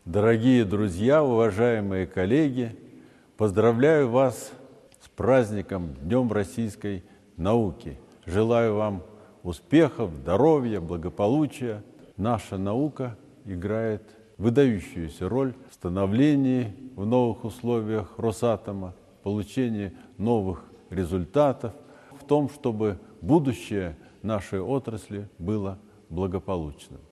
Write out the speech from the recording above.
Дорогие друзья, уважаемые коллеги, поздравляю вас с праздником, Днем российской науки. Желаю вам успехов, здоровья, благополучия. Наша наука играет выдающуюся роль в становлении в новых условиях Росатома, в получении новых результатов, в том, чтобы будущее нашей отрасли было благополучным.